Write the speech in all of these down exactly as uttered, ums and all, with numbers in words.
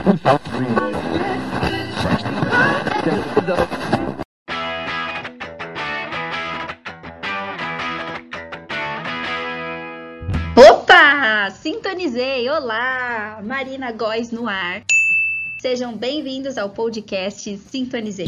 Opa! Sintonizei! Olá! Marina Góes no ar. Sejam bem-vindos ao podcast Sintonizei.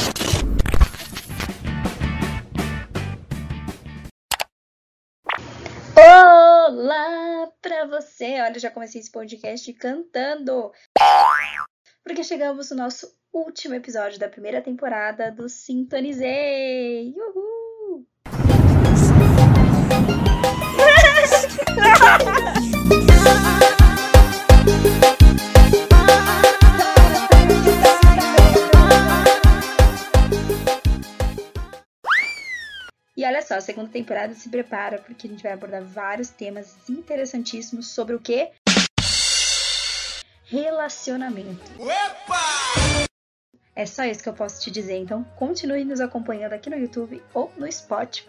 Olá pra você! Olha, já comecei esse podcast cantando. Porque chegamos no nosso último episódio da primeira temporada do Sintonizei. Uhul! E olha só, a segunda temporada se prepara porque a gente vai abordar vários temas interessantíssimos sobre o quê? Relacionamento. Opa! É só isso que eu posso te dizer, então continue nos acompanhando aqui no YouTube ou no Spotify.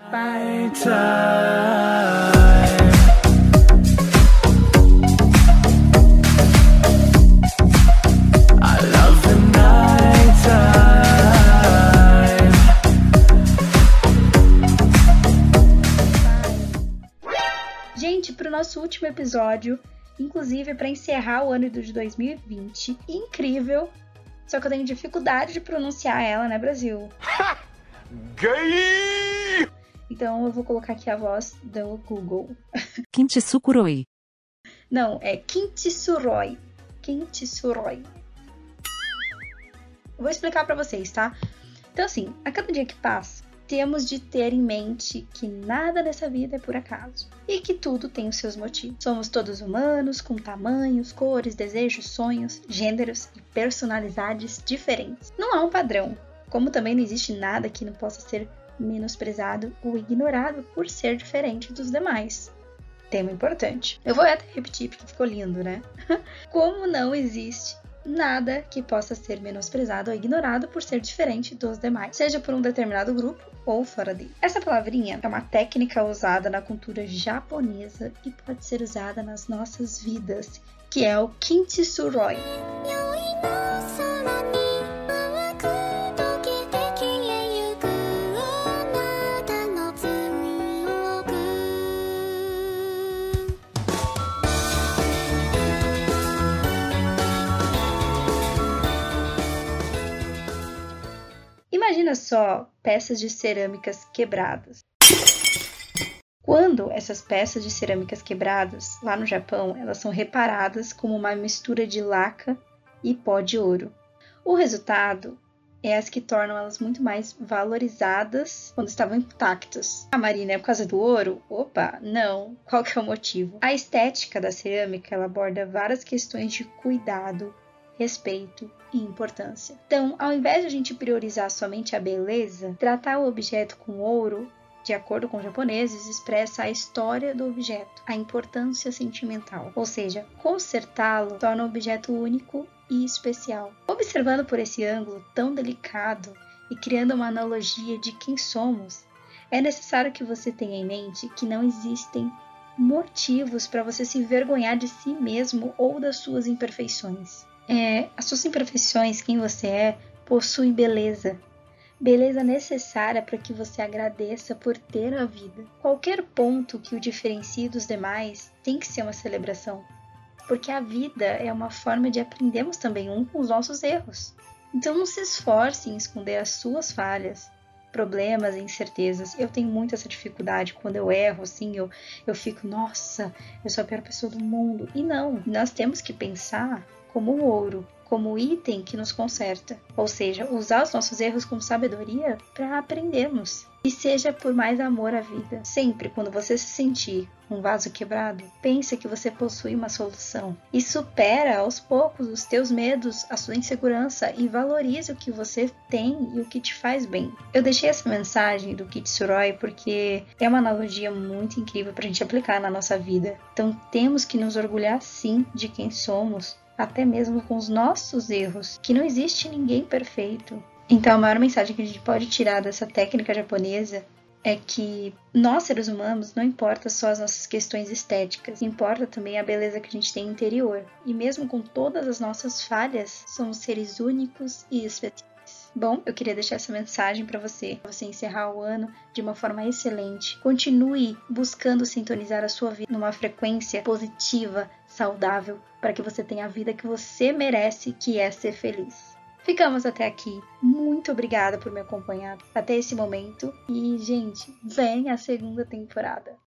Gente, para o nosso último episódio, inclusive para encerrar o ano de dois mil e vinte, incrível, só que eu tenho dificuldade de pronunciar ela, né, Brasil? Gay! Então eu vou colocar aqui a voz do Google. Kintsukuroi. Não, é Kintsukuroi. Kintsukuroi. Vou explicar para vocês, tá? Então assim, a cada dia que passa, temos de ter em mente que nada nessa vida é por acaso e que tudo tem os seus motivos. Somos todos humanos, com tamanhos, cores, desejos, sonhos, gêneros e personalidades diferentes. Não há um padrão, como também não existe nada que não possa ser menosprezado ou ignorado por ser diferente dos demais. Tema importante. Eu vou até repetir porque ficou lindo, né? Como não existe nada que possa ser menosprezado ou ignorado por ser diferente dos demais, seja por um determinado grupo ou fora dele. Essa palavrinha é uma técnica usada na cultura japonesa e pode ser usada nas nossas vidas, que é o Kintsukuroi. Imagina só peças de cerâmicas quebradas. Quando essas peças de cerâmicas quebradas, lá no Japão, elas são reparadas como uma mistura de laca e pó de ouro. O resultado é as que tornam elas muito mais valorizadas quando estavam intactas. Ah, Marina, é por causa do ouro? Opa, não. Qual que é o motivo? A estética da cerâmica, ela aborda várias questões de cuidado, respeito e importância. Então, ao invés de a gente priorizar somente a beleza, tratar o objeto com ouro, de acordo com os japoneses, expressa a história do objeto, a importância sentimental. Ou seja, consertá-lo torna o objeto único e especial. Observando por esse ângulo tão delicado e criando uma analogia de quem somos, é necessário que você tenha em mente que não existem motivos para você se envergonhar de si mesmo ou das suas imperfeições. É, as suas imperfeições, quem você é, possuem beleza. Beleza necessária para que você agradeça por ter a vida. Qualquer ponto que o diferencie dos demais tem que ser uma celebração. Porque a vida é uma forma de aprendermos também um com os nossos erros. Então não se esforce em esconder as suas falhas, problemas e incertezas. Eu tenho muito essa dificuldade. Quando eu erro, assim, eu, eu fico, nossa, eu sou a pior pessoa do mundo. E não, nós temos que pensar como o ouro, como o item que nos conserta. Ou seja, usar os nossos erros com sabedoria para aprendermos. E seja por mais amor à vida. Sempre quando você se sentir um vaso quebrado, pense que você possui uma solução. E supera aos poucos os teus medos, a sua insegurança e valorize o que você tem e o que te faz bem. Eu deixei essa mensagem do Kintsukuroi porque é uma analogia muito incrível para a gente aplicar na nossa vida. Então temos que nos orgulhar sim de quem somos, até mesmo com os nossos erros, que não existe ninguém perfeito. Então a maior mensagem que a gente pode tirar dessa técnica japonesa é que nós, seres humanos, não importa só as nossas questões estéticas, importa também a beleza que a gente tem interior. E mesmo com todas as nossas falhas, somos seres únicos e especiais. Bom, eu queria deixar essa mensagem para você, pra você encerrar o ano de uma forma excelente. Continue buscando sintonizar a sua vida numa frequência positiva, saudável, para que você tenha a vida que você merece, que é ser feliz. Ficamos até aqui. Muito obrigada por me acompanhar até esse momento. E, gente, vem a segunda temporada.